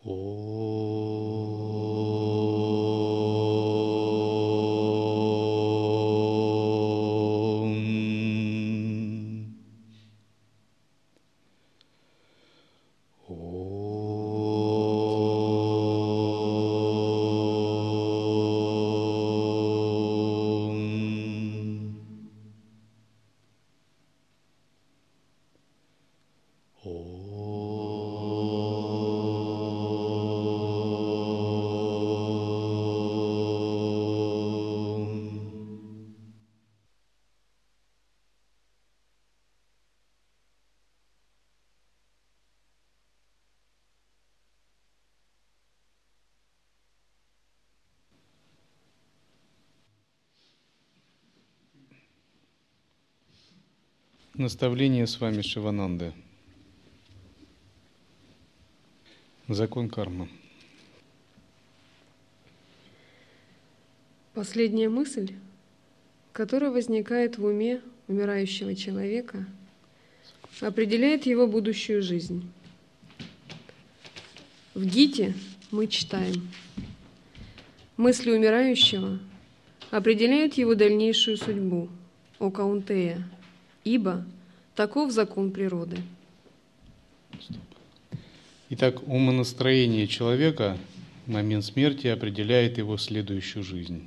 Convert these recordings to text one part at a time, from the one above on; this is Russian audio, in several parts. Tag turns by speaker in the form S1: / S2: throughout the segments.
S1: Наставление с вами Шивананды. Закон кармы.
S2: Последняя мысль, которая возникает в уме умирающего человека, определяет его будущую жизнь. В Гите мы читаем: мысли умирающего определяют его дальнейшую судьбу, о Каунтея, ибо таков закон природы.
S1: Итак, умонастроение человека в момент смерти определяет его следующую жизнь.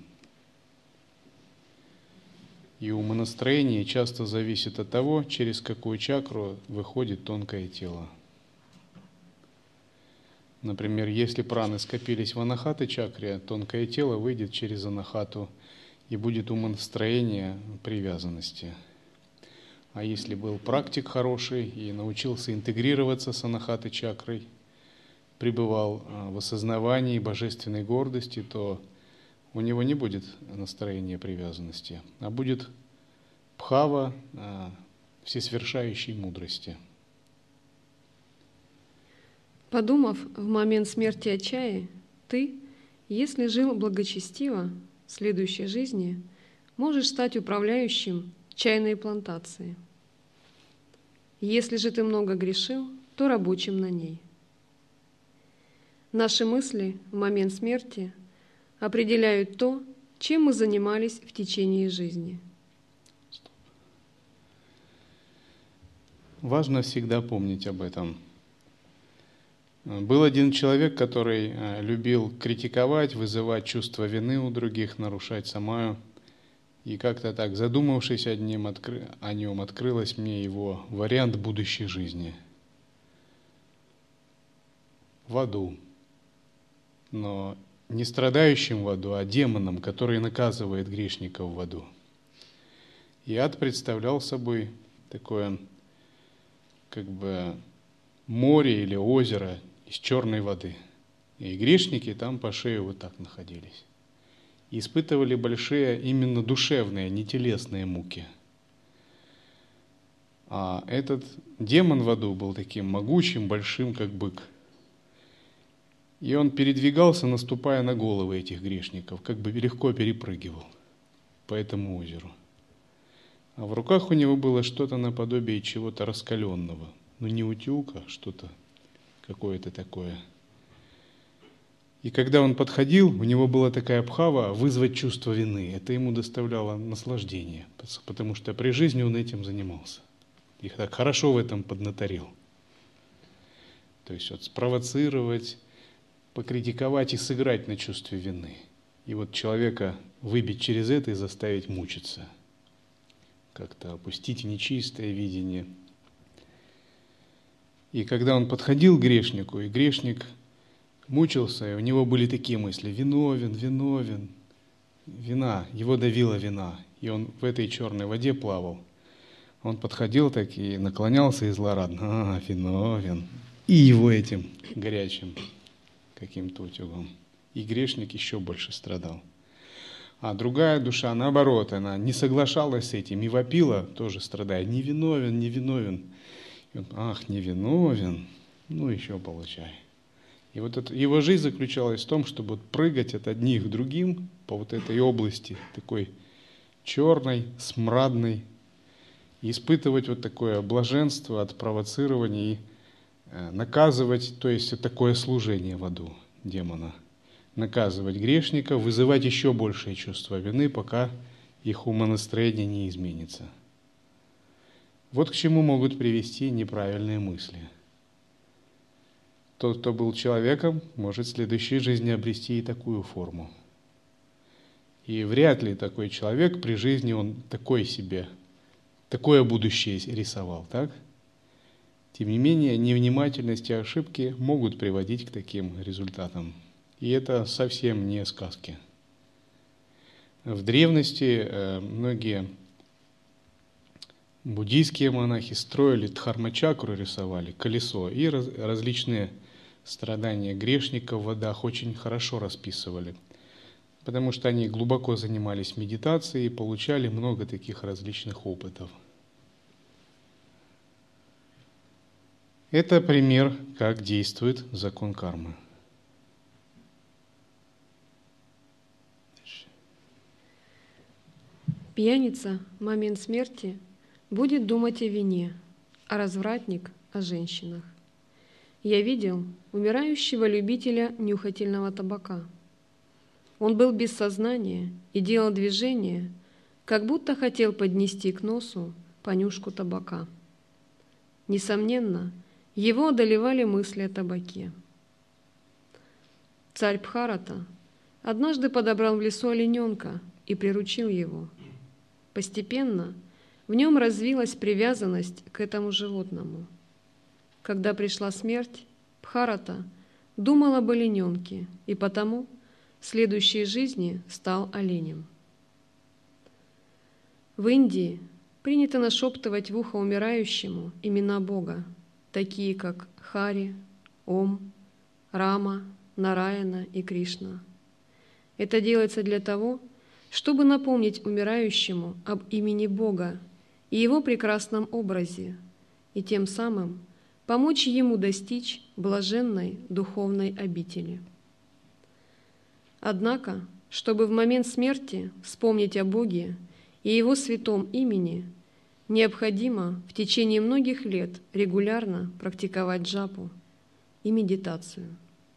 S1: И умонастроение часто зависит от того, через какую чакру выходит тонкое тело. Например, если праны скопились в анахата чакре, тонкое тело выйдет через анахату и будет умонастроение привязанности. А если был практик хороший и научился интегрироваться с анахатой чакрой, пребывал в осознавании божественной гордости, то у него не будет настроения привязанности, а будет бхава всесвершающей мудрости.
S2: Подумав в момент смерти Ачаи, ты, если жил благочестиво, в следующей жизни можешь стать управляющим чайной плантации. Если же ты много грешил, то рабочим на ней. Наши мысли в момент смерти определяют то, чем мы занимались в течение жизни.
S1: Важно всегда помнить об этом. Был один человек, который любил критиковать, вызывать чувство вины у других, нарушать самаю. И как-то так, задумавшись о нем, открылось мне его вариант будущей жизни. В аду. Но не страдающим в аду, а демоном, который наказывает грешников в аду. И ад представлял собой такое, как бы, море или озеро из черной воды. И грешники там по шею вот так находились. И испытывали большие именно душевные, не телесные муки. А этот демон в аду был таким могучим, большим, как бык. И он передвигался, наступая на головы этих грешников, как бы легко перепрыгивал по этому озеру. А в руках у него было что-то наподобие чего-то раскаленного. Ну не утюг, а что-то какое-то такое. И когда он подходил, у него была такая бхава вызвать чувство вины. Это ему доставляло наслаждение, потому что при жизни он этим занимался. И так хорошо в этом поднаторел. То есть вот спровоцировать, покритиковать и сыграть на чувстве вины. И вот человека выбить через это и заставить мучиться. Как-то опустить нечистое видение. И когда он подходил к грешнику, и грешник мучился, и у него были такие мысли: виновен, виновен, вина, его давила вина, и он в этой черной воде плавал. Он подходил так и наклонялся и злорадно: виновен, и его этим горячим каким-то утюгом. И грешник еще больше страдал. А другая душа, наоборот, она не соглашалась с этим и вопила, тоже страдая: не виновен, не виновен. И он: не виновен, ну еще получай. И вот это, его жизнь заключалась в том, чтобы прыгать от одних к другим по вот этой области, такой черной, смрадной, и испытывать вот такое блаженство от провоцирования и наказывать, то есть такое служение в аду демона, наказывать грешников, вызывать еще большее чувство вины, пока их умонастроение не изменится. Вот к чему могут привести неправильные мысли. Тот, кто был человеком, может в следующей жизни обрести и такую форму. И вряд ли такой человек при жизни, он такое будущее рисовал, так? Тем не менее, невнимательность и ошибки могут приводить к таким результатам. И это совсем не сказки. В древности многие буддийские монахи строили дхарма-чакру, рисовали колесо, и различные страдания грешников в адах очень хорошо расписывали, потому что они глубоко занимались медитацией и получали много таких различных опытов. Это пример, как действует закон кармы.
S2: Пьяница в момент смерти будет думать о вине, а развратник — о женщинах. Я видел умирающего любителя нюхательного табака. Он был без сознания и делал движение, как будто хотел поднести к носу понюшку табака. Несомненно, его одолевали мысли о табаке. Царь Бхарата однажды подобрал в лесу олененка и приручил его. Постепенно в нем развилась привязанность к этому животному. Когда пришла смерть, Бхарата думал об олененке и потому в следующей жизни стал оленем. В Индии принято нашептывать в ухо умирающему имена Бога, такие как Хари, Ом, Рама, Нараяна и Кришна. Это делается для того, чтобы напомнить умирающему об имени Бога и его прекрасном образе, и тем самым помочь ему достичь блаженной духовной обители. Однако, чтобы в момент смерти вспомнить о Боге и Его святом имени, необходимо в течение многих лет регулярно практиковать джапу и медитацию.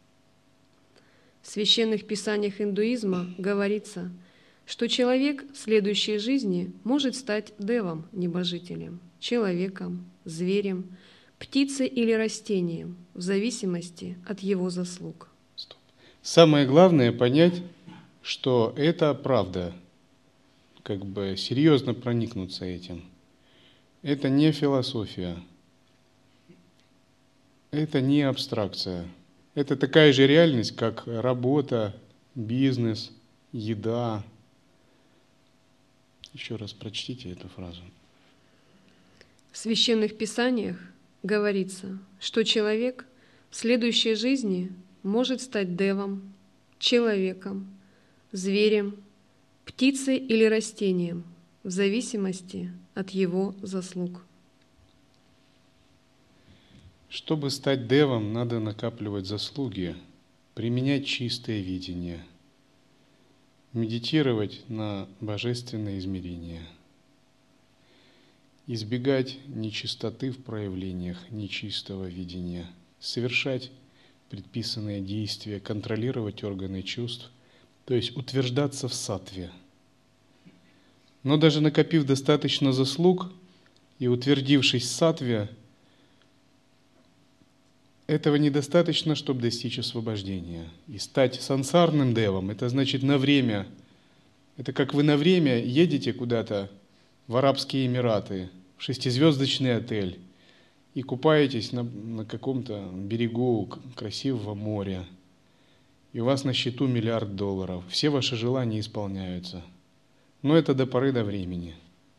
S2: В священных писаниях индуизма говорится, что человек в следующей жизни может стать девом, небожителем, человеком, зверем, птицей или растением, в зависимости от его заслуг.
S1: Самое главное понять, что это правда, серьезно проникнуться этим. Это не философия, это не абстракция. Это такая же реальность, как работа, бизнес, еда. Еще раз прочтите эту фразу.
S2: В священных писаниях говорится, что человек в следующей жизни может стать девом, человеком, зверем, птицей или растением, в зависимости от его заслуг.
S1: Чтобы стать девом, надо накапливать заслуги, применять чистое видение, медитировать на божественное измерение, избегать нечистоты в проявлениях нечистого видения, совершать предписанные действия, контролировать органы чувств, то есть утверждаться в саттве. Но даже накопив достаточно заслуг и утвердившись в саттве, этого недостаточно, чтобы достичь освобождения. И стать сансарным девом, это значит на время. Это как вы на время едете куда-то в Арабские Эмираты, в 6-звездочный отель, и купаетесь на каком-то берегу красивого моря, и у вас на счету $1 миллиард. Все ваши желания исполняются. Но это до поры до времени.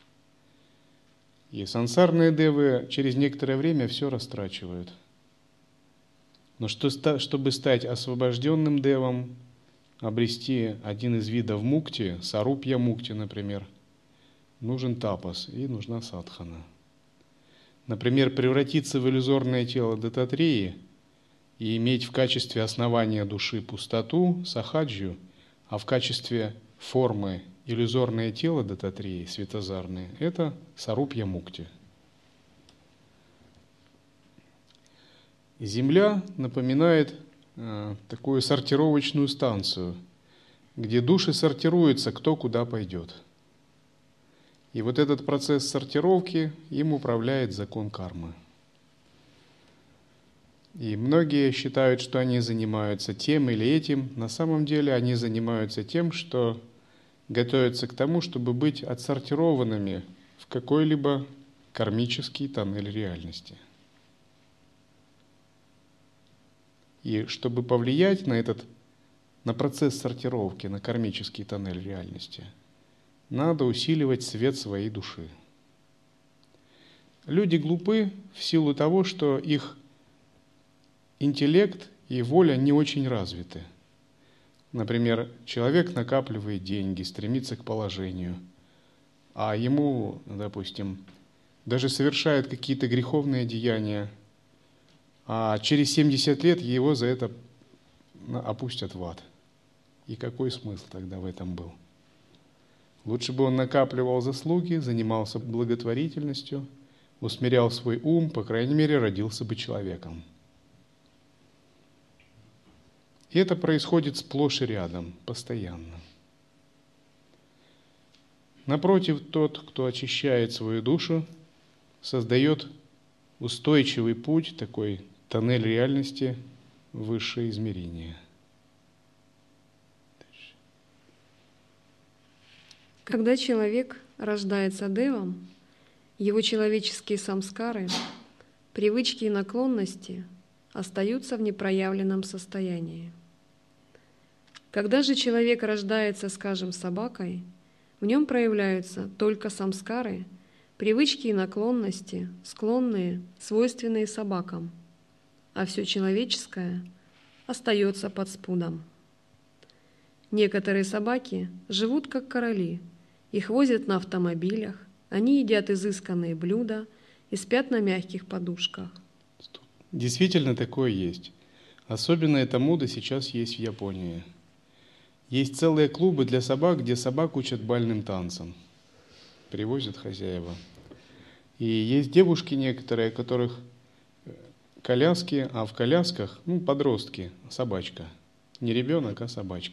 S1: И сансарные девы через некоторое время все растрачивают. Но чтобы стать освобожденным девом, обрести один из видов мукти, сарупья мукти, например, нужен тапас и нужна садхана. Например, превратиться в иллюзорное тело Дататреи и иметь в качестве основания души пустоту, сахаджью, а в качестве формы иллюзорное тело Дататреи, светозарное, это сарупья мукти. Земля напоминает такую сортировочную станцию, где души сортируются, кто куда пойдет. И вот этот процесс сортировки, им управляет закон кармы. И многие считают, что они занимаются тем или этим. На самом деле они занимаются тем, что готовятся к тому, чтобы быть отсортированными в какой-либо кармический тоннель реальности. И чтобы повлиять на процесс сортировки, на кармический тоннель реальности, надо усиливать свет своей души. Люди глупы в силу того, что их интеллект и воля не очень развиты. Например, человек накапливает деньги, стремится к положению, а ему, допустим, даже совершает какие-то греховные деяния, а через 70 лет его за это опустят в ад. И какой смысл тогда в этом был? Лучше бы он накапливал заслуги, занимался благотворительностью, усмирял свой ум, по крайней мере, родился бы человеком. И это происходит сплошь и рядом, постоянно. Напротив, тот, кто очищает свою душу, создает устойчивый путь, такой тоннель реальности, высшее измерение.
S2: Когда человек рождается девом, его человеческие самскары, привычки и наклонности остаются в непроявленном состоянии. Когда же человек рождается, скажем, собакой, в нем проявляются только самскары, привычки и наклонности, склонные, свойственные собакам, а все человеческое остается под спудом. Некоторые собаки живут как короли, их возят на автомобилях, они едят изысканные блюда и спят на мягких подушках.
S1: Действительно такое есть. Особенно эта мода сейчас есть в Японии. Есть целые клубы для собак, где собак учат бальным танцам. Привозят хозяева. И есть девушки некоторые, у которых коляски, а в колясках, подростки, собачка. Не ребенок, а собачка.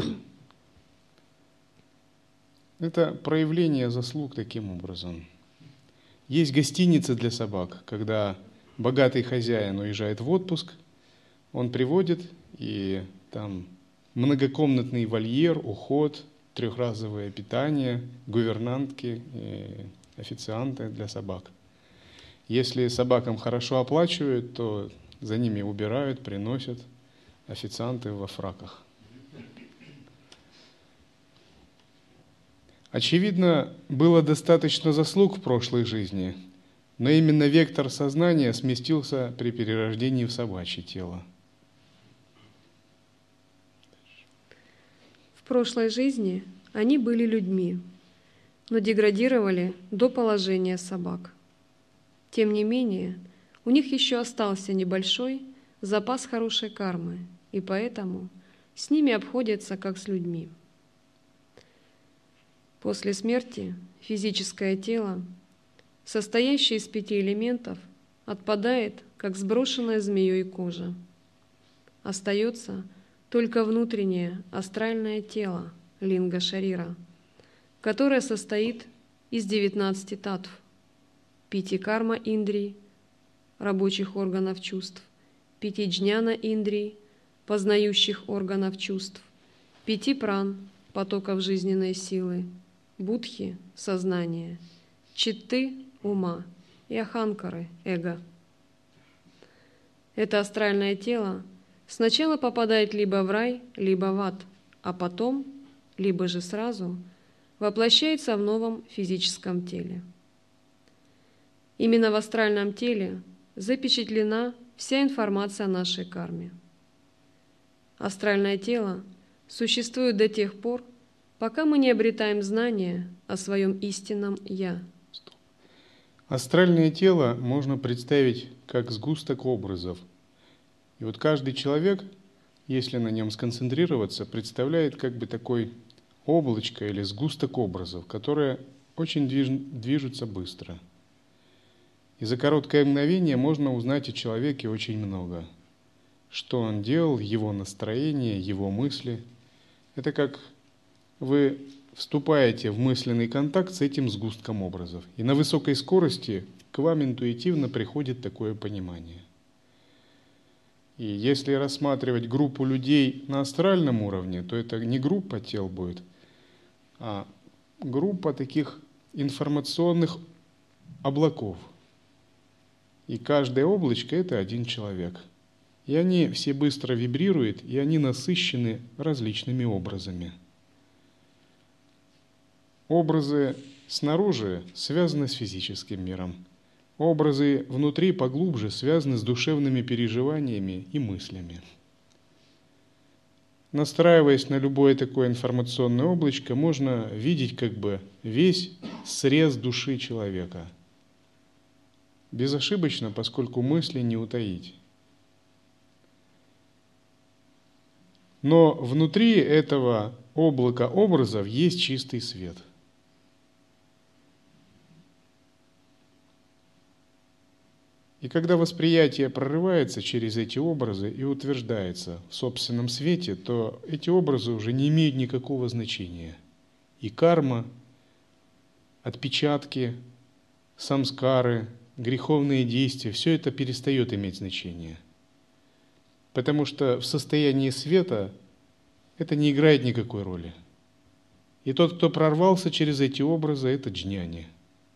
S1: Это проявление заслуг таким образом. Есть гостиницы для собак, когда богатый хозяин уезжает в отпуск, он приводит, и там многокомнатный вольер, уход, трехразовое питание, гувернантки, официанты для собак. Если собакам хорошо оплачивают, то за ними убирают, приносят официанты во фраках. Очевидно, было достаточно заслуг в прошлой жизни, но именно вектор сознания сместился при перерождении в собачье тело.
S2: В прошлой жизни они были людьми, но деградировали до положения собак. Тем не менее, у них еще остался небольшой запас хорошей кармы, и поэтому с ними обходятся как с людьми. После смерти физическое тело, состоящее из 5 элементов, отпадает, как сброшенная змеей кожа. Остается только внутреннее астральное тело, линга-шарира, которое состоит из 19 татв, 5 карма-индрий, рабочих органов чувств, 5 джняна-индрий, познающих органов чувств, 5 пран, потоков жизненной силы, будхи – сознания, читты – ума и аханкары – эго. Это астральное тело сначала попадает либо в рай, либо в ад, а потом, либо же сразу, воплощается в новом физическом теле. Именно в астральном теле запечатлена вся информация о нашей карме. Астральное тело существует до тех пор, пока мы не обретаем знания о своем истинном «Я».
S1: Астральное тело можно представить как сгусток образов. И вот каждый человек, если на нем сконцентрироваться, представляет как бы такой облачко или сгусток образов, которые очень движутся быстро. И за короткое мгновение можно узнать о человеке очень много. что он делал, его настроение, его мысли. Это как вы вступаете в мысленный контакт с этим сгустком образов. И на высокой скорости к вам интуитивно приходит такое понимание. И если рассматривать группу людей на астральном уровне, то это не группа тел будет, а группа таких информационных облаков. И каждое облачко – это один человек. И они все быстро вибрируют, и они насыщены различными образами. Образы снаружи связаны с физическим миром. Образы внутри поглубже связаны с душевными переживаниями и мыслями. Настраиваясь на любое такое информационное облачко, можно видеть как бы весь срез души человека. Безошибочно, поскольку мысли не утаить. Но внутри этого облака образов есть чистый свет. И когда восприятие прорывается через эти образы и утверждается в собственном свете, то эти образы уже не имеют никакого значения. И карма, отпечатки, самскары, греховные действия, все это перестает иметь значение. Потому что в состоянии света это не играет никакой роли. И тот, кто прорвался через эти образы, это джняни.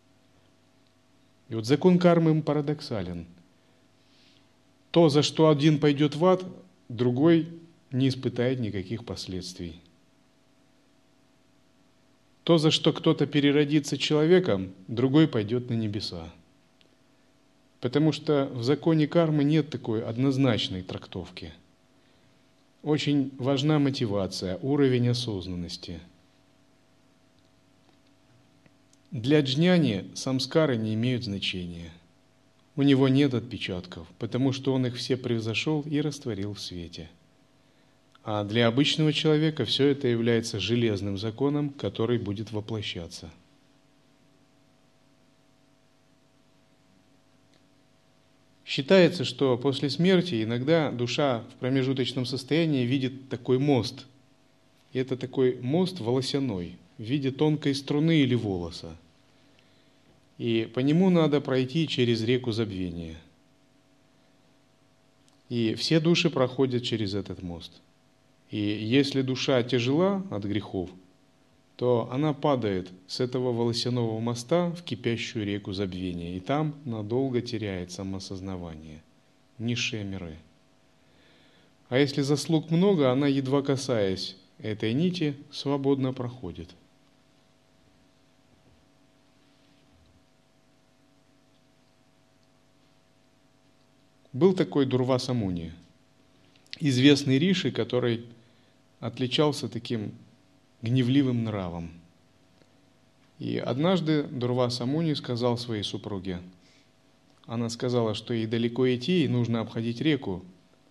S1: И вот закон кармы парадоксален. То, за что один пойдет в ад, другой не испытает никаких последствий. То, за что кто-то переродится человеком, другой пойдет на небеса. Потому что в законе кармы нет такой однозначной трактовки. Очень важна мотивация, уровень осознанности. Для джняни самскары не имеют значения. У него нет отпечатков, потому что он их все превзошел и растворил в свете. А для обычного человека все это является железным законом, который будет воплощаться. Считается, что после смерти иногда душа в промежуточном состоянии видит такой мост. И это такой мост волосяной, в виде тонкой струны или волоса. И по нему надо пройти через реку забвения. И все души проходят через этот мост. И если душа тяжела от грехов, то она падает с этого волосяного моста в кипящую реку забвения. И там надолго теряет самосознавание. Низшие миры. А если заслуг много, она, едва касаясь этой нити, свободно проходит. Был такой Дурваса Муни, известный риши, который отличался таким гневливым нравом. И однажды Дурваса Муни сказал своей супруге, она сказала, что ей далеко идти, и нужно обходить реку.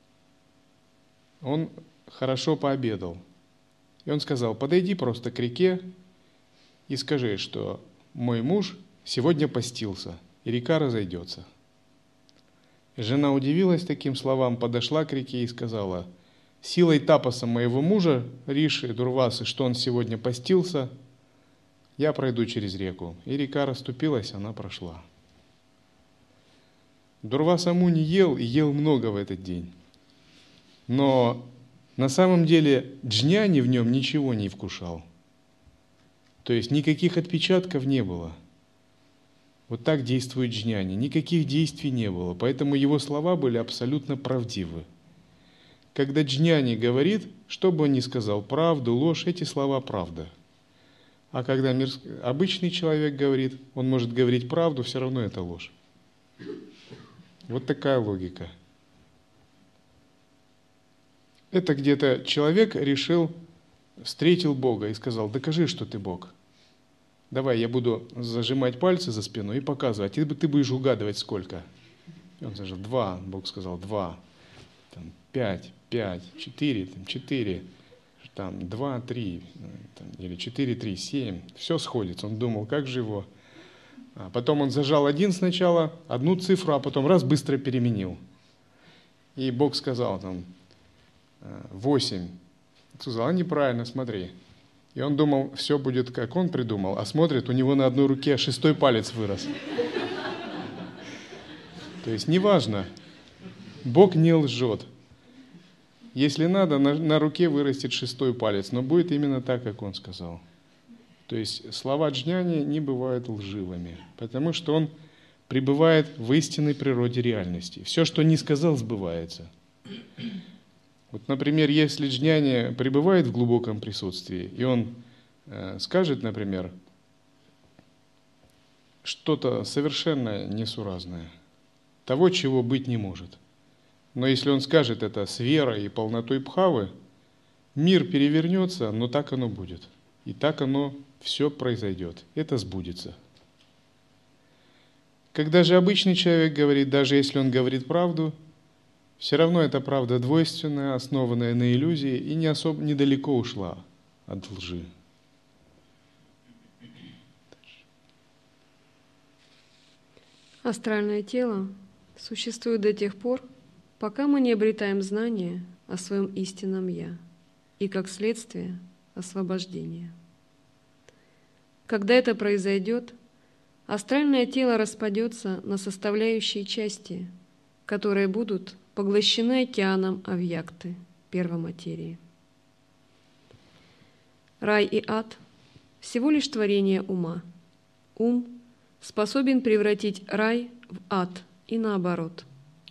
S1: Он хорошо пообедал. И он сказал, подойди просто к реке и скажи, что мой муж сегодня постился, и река разойдется. Жена удивилась таким словам, подошла к реке и сказала, силой тапаса моего мужа, Риши, Дурвасы, что он сегодня постился, я пройду через реку. И река расступилась, она прошла. Дурваса Муни ел и ел много в этот день. Но на самом деле джняни в нем ничего не вкушал. То есть никаких отпечатков не было. Вот так действует джняни. Никаких действий не было. Поэтому его слова были абсолютно правдивы. Когда джняни говорит, что бы он ни сказал, правду, ложь, эти слова правда. А когда обычный человек говорит, он может говорить правду, все равно это ложь. Вот такая логика. Это где-то человек решил, встретил Бога и сказал, докажи, что ты Бог. Давай, я буду зажимать пальцы за спину и показывать, и ты будешь угадывать сколько. И он сказал, 2, Бог сказал, 2, 5, 4, 4, 2, 3, или 4, 3, 7. Все сходится. Он думал, как же его. Потом он зажал 1 сначала, одну цифру, а потом раз быстро переменил. и Бог сказал там 8. Сказал, неправильно, смотри. И он думал, все будет, как он придумал, а смотрит, у него на одной руке 6-й палец вырос. То есть неважно, Бог не лжет. Если надо, на руке вырастет 6-й палец, но будет именно так, как он сказал. То есть слова Джняни не бывают лживыми, потому что он пребывает в истинной природе реальности. Все, что не сказал, сбывается. Вот, например, если Джняни пребывает в глубоком присутствии, и он скажет, например, что-то совершенно несуразное, того, чего быть не может. Но если он скажет это с верой и полнотой бхавы, мир перевернется, но так оно будет. И так оно все произойдет. Это сбудется. Когда же обычный человек говорит, даже если он говорит правду, все равно эта правда двойственная, основанная на иллюзии и не особо недалеко ушла от лжи.
S2: Астральное тело существует до тех пор, пока мы не обретаем знания о своем истинном «Я» и, как следствие, освобождение. Когда это произойдет, астральное тело распадется на составляющие части, которые будут поглощены океаном авьякты, первоматерии. Рай и ад – всего лишь творение ума. Ум способен превратить рай в ад и наоборот.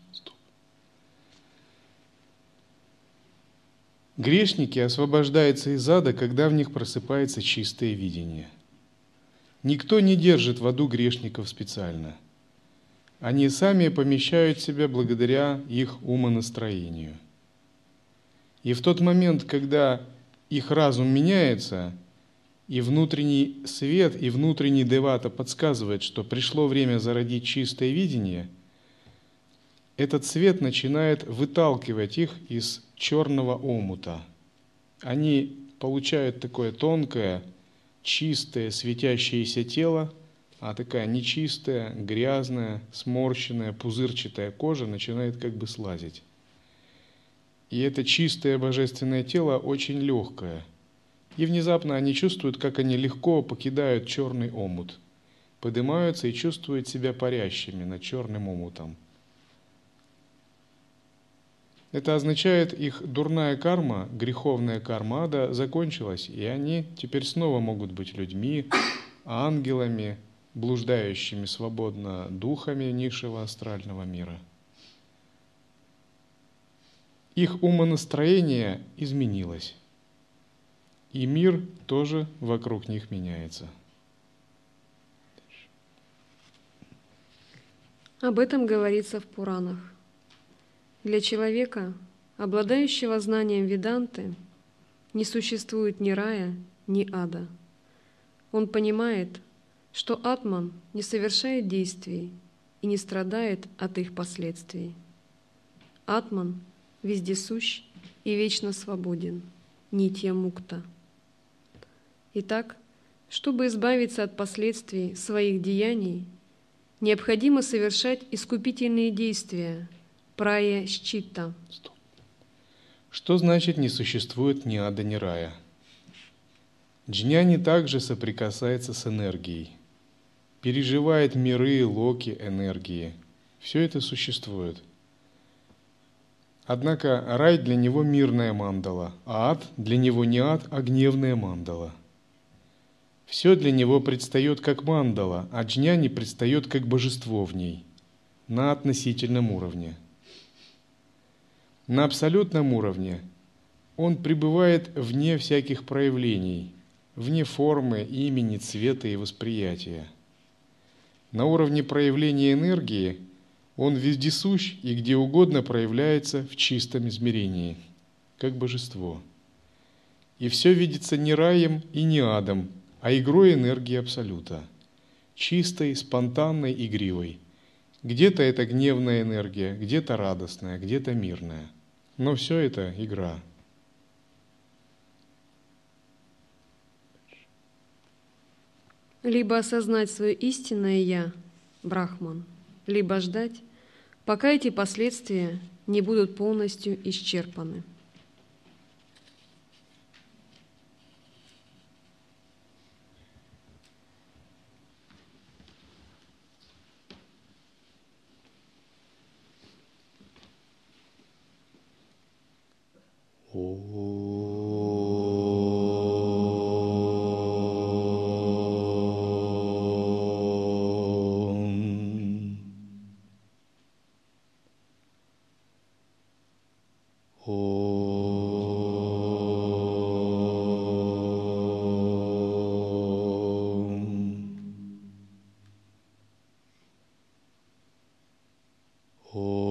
S1: Грешники освобождаются из ада, когда в них просыпается чистое видение. Никто не держит в аду грешников специально. Они сами помещают себя благодаря их умонастроению. И в тот момент, когда их разум меняется, и внутренний свет, и внутренний девата подсказывает, что пришло время зародить чистое видение, этот свет начинает выталкивать их из черного омута. Они получают такое тонкое, чистое, светящееся тело, а такая нечистая, грязная, сморщенная, пузырчатая кожа начинает как бы слазить. И это чистое божественное тело очень легкое. И внезапно они чувствуют, как они легко покидают черный омут, поднимаются и чувствуют себя парящими над черным омутом. Это означает, их дурная карма, греховная карма ада закончилась, и они теперь снова могут быть людьми, ангелами, блуждающими свободно духами низшего астрального мира. Их умонастроение изменилось, и мир тоже вокруг них меняется.
S2: Об этом говорится в Пуранах. Для человека, обладающего знанием Веданты, не существует ни рая, ни ада. Он понимает, что Атман не совершает действий и не страдает от их последствий. Атман вездесущ и вечно свободен, нитья мукта. Итак, чтобы избавиться от последствий своих деяний, необходимо совершать искупительные действия, прая-считта.
S1: Что значит «не существует ни ада, ни рая»? Джняни также соприкасается с энергией, переживает миры, локи энергии. Все это существует. Однако рай для него мирная мандала, а ад для него не ад, а гневная мандала. Все для него предстает как мандала, а джняни предстает как божество в ней, на относительном уровне. На абсолютном уровне он пребывает вне всяких проявлений, вне формы, имени, цвета и восприятия. На уровне проявления энергии он вездесущ и где угодно проявляется в чистом измерении, как божество. И все видится не раем и не адом, а игрой энергии Абсолюта, чистой, спонтанной, игривой. Где-то это гневная энергия, где-то радостная, где-то мирная. Но все это игра.
S2: Либо осознать свое истинное «Я», Брахман, либо ждать, пока эти последствия не будут полностью исчерпаны.
S1: Om